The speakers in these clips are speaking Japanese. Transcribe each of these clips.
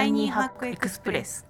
タイニーハックエクスプレス。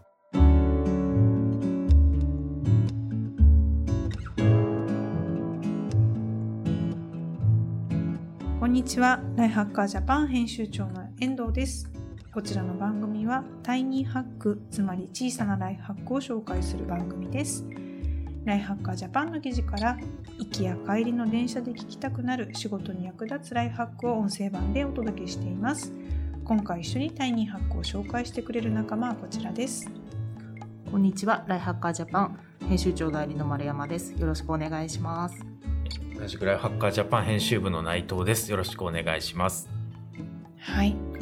こんにちは。ライハッカージャパン編集長の遠藤です。こちらの番組はタイニーハック、つまり小さなライフハックを紹介する番組です。ライハッカージャパンの記事から行きや帰りの電車で聞きたくなる仕事に役立つライフハックを音声版でお届けしています。今回一緒にタイニーハックを紹介してくれる仲間はこちらです。 こんにちは。ライハッカージャパン編集長代理の丸山です。よろしくお願いします。 同じくライハッカージャパン編集部の内藤です。よろしくお願いします。 はい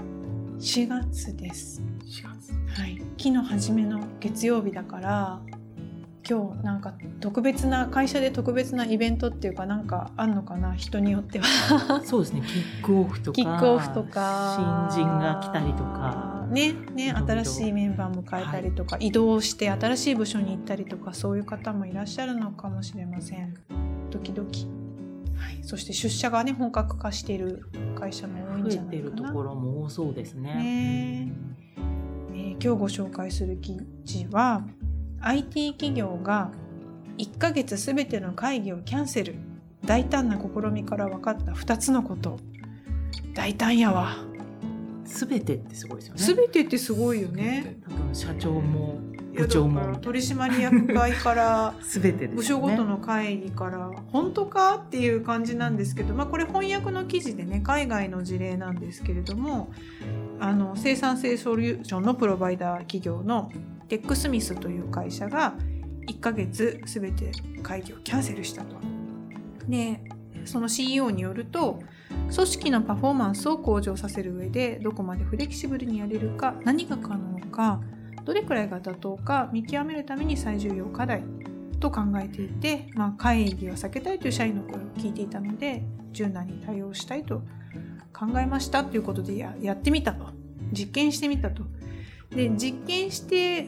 、4月です。 4月、 はい、期の初めの月曜日だから今日なんか会社で特別なイベントっていうかなんかあんのかな、人によってはそうですね、キックオフとか新人が来たりとかね、新しいメンバー迎えたりとか、移動して新しい部署に行ったりとか、そういう方もいらっしゃるのかもしれません。時々、はい、そして出社がね本格化している会社も多いんじゃないかな。 増えてるところも多そうですね。 今日ご紹介する記事はIT 企業が1ヶ月すべての会議をキャンセル。大胆な試みから分かった2つのこと。大胆やわ。 すべてってすごいですよね。 すべてってすごいよね。 多分社長も部長も取締役会からすべてですね、 部署ごとの会議から本当かっていう感じなんですけど、これ翻訳の記事でね海外の事例なんですけれども、生産性ソリューションのプロバイダー企業のテックスミスという会社が1ヶ月すべて会議をキャンセルしたと。で、その CEO によると、組織のパフォーマンスを向上させる上でどこまでフレキシブルにやれるか、何が可能か、どれくらいが妥当か見極めるために最重要課題と考えていて、会議を避けたいという社員の声を聞いていたので柔軟に対応したいと考えましたということで やってみたと。実験してみたと。で、実験して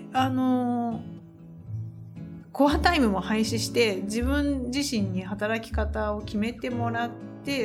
コアタイムも廃止して自分自身に働き方を決めてもらって、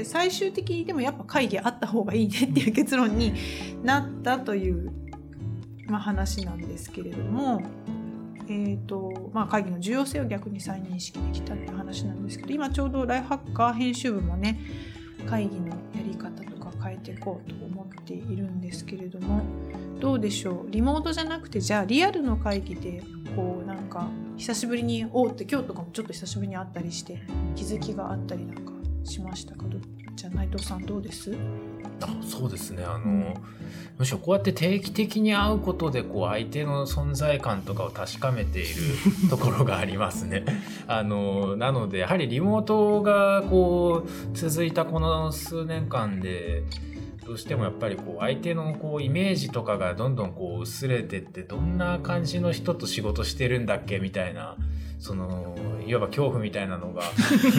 最終的にでもやっぱ会議あった方がいいねっていう結論になったという話なんですけれども、会議の重要性を逆に再認識できたっていう話なんですけど、今ちょうどライフハッカー編集部もね会議のやり方とか変えていこうと思っているんですけれども、どうでしょう。リモートじゃなくて、じゃあリアルの会議でなんか久しぶりにって今日とかもちょっと久しぶりに会ったりして気づきがあったりなんかしましたか？じゃあ内藤さんどうです？ そうですね、むしろこうやって定期的に会うことで相手の存在感とかを確かめているところがありますね。なのでやはりリモートが続いたこの数年間でどうしてもやっぱり相手のイメージとかがどんどん薄れてって、どんな感じの人と仕事してるんだっけみたいな、いわば恐怖みたいなのが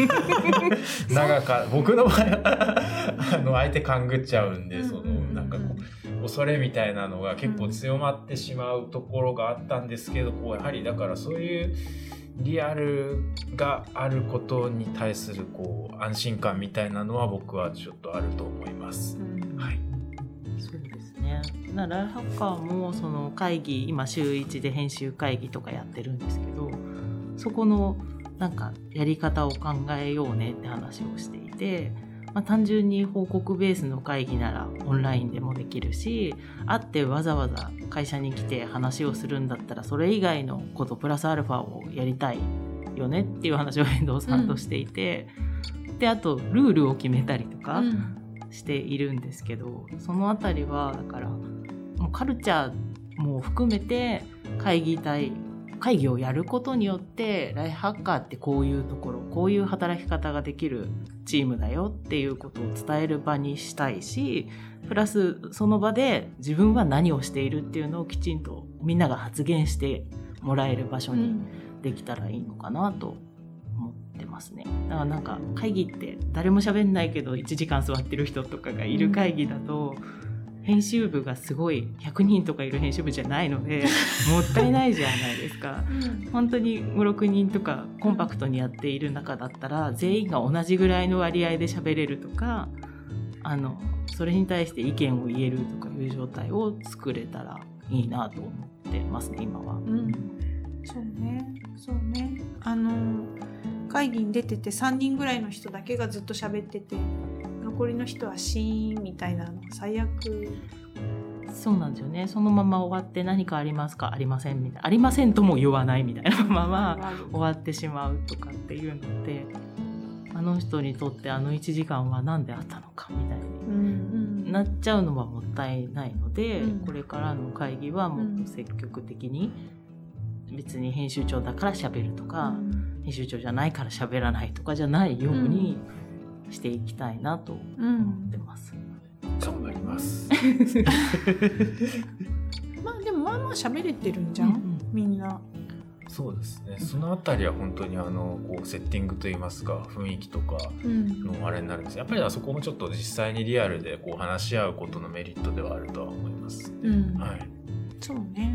僕の場合は相手勘ぐっちゃうんで、なんか恐れみたいなのが結構強まってしまうところがあったんですけど、やはりだからそういうリアルがあることに対する安心感みたいなのは僕はちょっとあると思います。はい、 そうですね。ライフハッカーもその会議、今週1で編集会議とかやってるんですけど、そこのなんかやり方を考えようねって話をしていて、単純に報告ベースの会議ならオンラインでもできるし、会ってわざわざ会社に来て話をするんだったらそれ以外のことプラスアルファをやりたいよねっていう話を遠藤さんとしていて、であとルールを決めたりとかしているんですけど、そのあたりはだからもうカルチャーも含めて会議をやることによってライフハッカーってこういうところ、こういう働き方ができるチームだよっていうことを伝える場にしたいし、プラスその場で自分は何をしているっていうのをきちんとみんなが発言してもらえる場所にできたらいいのかなと思ってますね。だからなんか会議って誰も喋んないけど1時間座ってる人とかがいる会議だと、編集部がすごい100人とかいる編集部じゃないのでもったいないじゃないですか。本当に5、6人とかコンパクトにやっている中だったら全員が同じぐらいの割合で喋れるとか、それに対して意見を言えるとかいう状態を作れたらいいなと思ってますね今は。 そうね会議に出てて3人ぐらいの人だけがずっと喋ってて残りの人はシーンみたいなの最悪。 そうなんですよね。そのまま終わって何かありますかありませんみたいな、ありませんとも言わないみたいなまま終わってしまうとかっていうのってあの人にとってあの1時間は何であったのかみたいになっちゃうのはもったいないので、これからの会議はもっと積極的に別に編集長だから喋るとか、編集長じゃないから喋らないとかじゃないようにしていきたいなと思ってます。 頑張りますまあでもまあ喋れてるんじゃん、みんな。 そうですね。そのあたりは本当にこうセッティングといいますか雰囲気とかのあれになるんです。やっぱりあそこもちょっと実際にリアルでこう話し合うことのメリットではあるとは思います。はい。 そうね。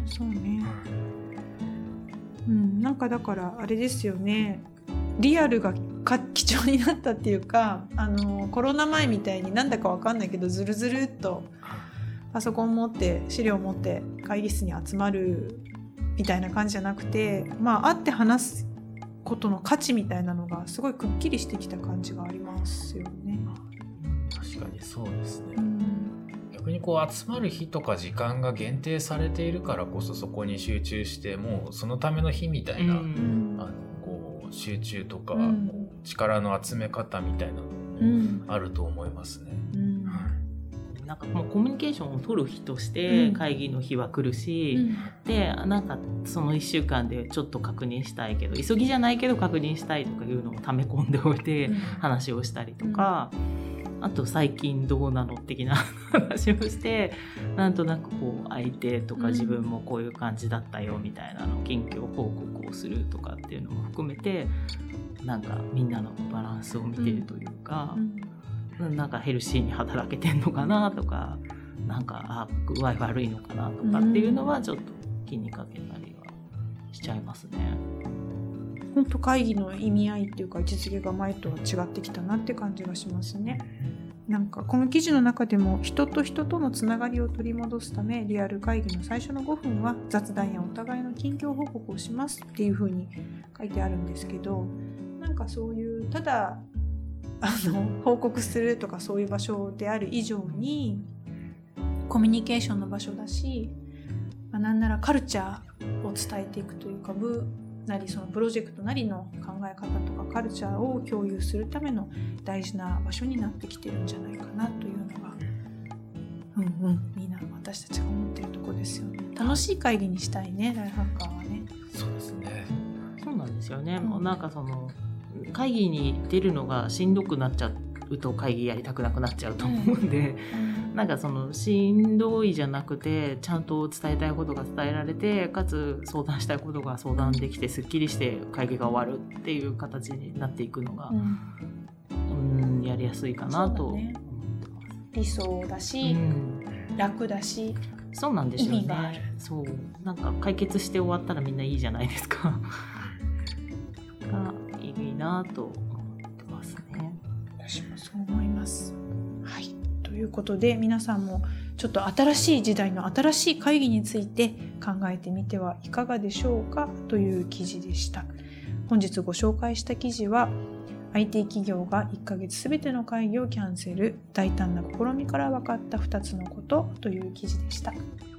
なんかだからあれですよね。リアルが貴重になったっていうかコロナ前みたいになんだか分かんないけどずるずるっとパソコン持って資料持って会議室に集まるみたいな感じじゃなくて、会って話すことの価値みたいなのがすごいくっきりしてきた感じがありますよね。 確かにそうですね。逆にこう集まる日とか時間が限定されているからこそそこに集中してもうそのための日みたいな、こう集中とか、力の集め方みたいなのもあると思いますね。 なんかもうコミュニケーションを取る日として会議の日は来るし、でなんかその1週間でちょっと確認したいけど急ぎじゃないけど確認したいとかいうのを溜め込んでおいて話をしたりとか、あと最近どうなの的な話をしてなんとなくこう相手とか自分もこういう感じだったよみたいなの近況報告をするとかっていうのも含めてなんかみんなのバランスを見てるというか、なんかヘルシーに働けてんのかなとかなんか具合悪いのかなとかっていうのはちょっと気にかけたりはしちゃいますね。 本当会議の意味合いっていうか位置づけが前とは違ってきたなって感じがしますね。なんかこの記事の中でも人と人とのつながりを取り戻すためリアル会議の最初の5分は雑談やお互いの近況報告をしますっていう風に書いてあるんですけど、なんかそういうただ報告するとかそういう場所である以上にコミュニケーションの場所だし、なんならカルチャーを伝えていくというか部なりそのプロジェクトなりの考え方とかカルチャーを共有するための大事な場所になってきてるんじゃないかなというのがみんな私たちが思ってるところですよね。楽しい会議にしたいね、ライフハッカーはね。 そうですね。 そうなんですよね。もうなんかその会議に出るのがしんどくなっちゃうと会議やりたくなくなっちゃうと思うんで、なんかそのしんどいじゃなくてちゃんと伝えたいことが伝えられてかつ相談したいことが相談できてすっきりして会議が終わるっていう形になっていくのが、やりやすいかなと思ってます。 理想だし、楽だし、 そうなんですよね。 意味がある。 そうなんか解決して終わったらみんないいじゃないですかがいいなと思ってますね。 私もそう思います。はい、ということで皆さんもちょっと新しい時代の新しい会議について考えてみてはいかがでしょうかという記事でした。本日ご紹介した記事は IT 企業が1ヶ月すべての会議をキャンセル、大胆な試みから分かった2つのことという記事でした。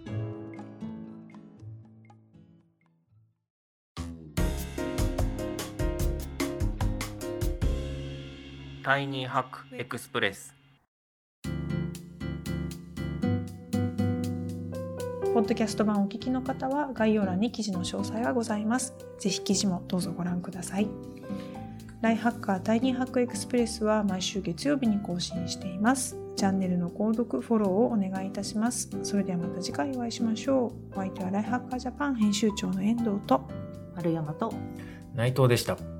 タイニーハックエクスプレス。 ポッドキャスト版をお聞きの方は概要欄に記事の詳細がございます。ぜひ記事もどうぞご覧ください。ライフハッカータイニーハックエクスプレスは毎週月曜日に更新しています。チャンネルの購読、フォローをお願いいたします。それではまた次回お会いしましょう。お相手はライフハッカージャパン編集長の遠藤と丸山と内藤でした。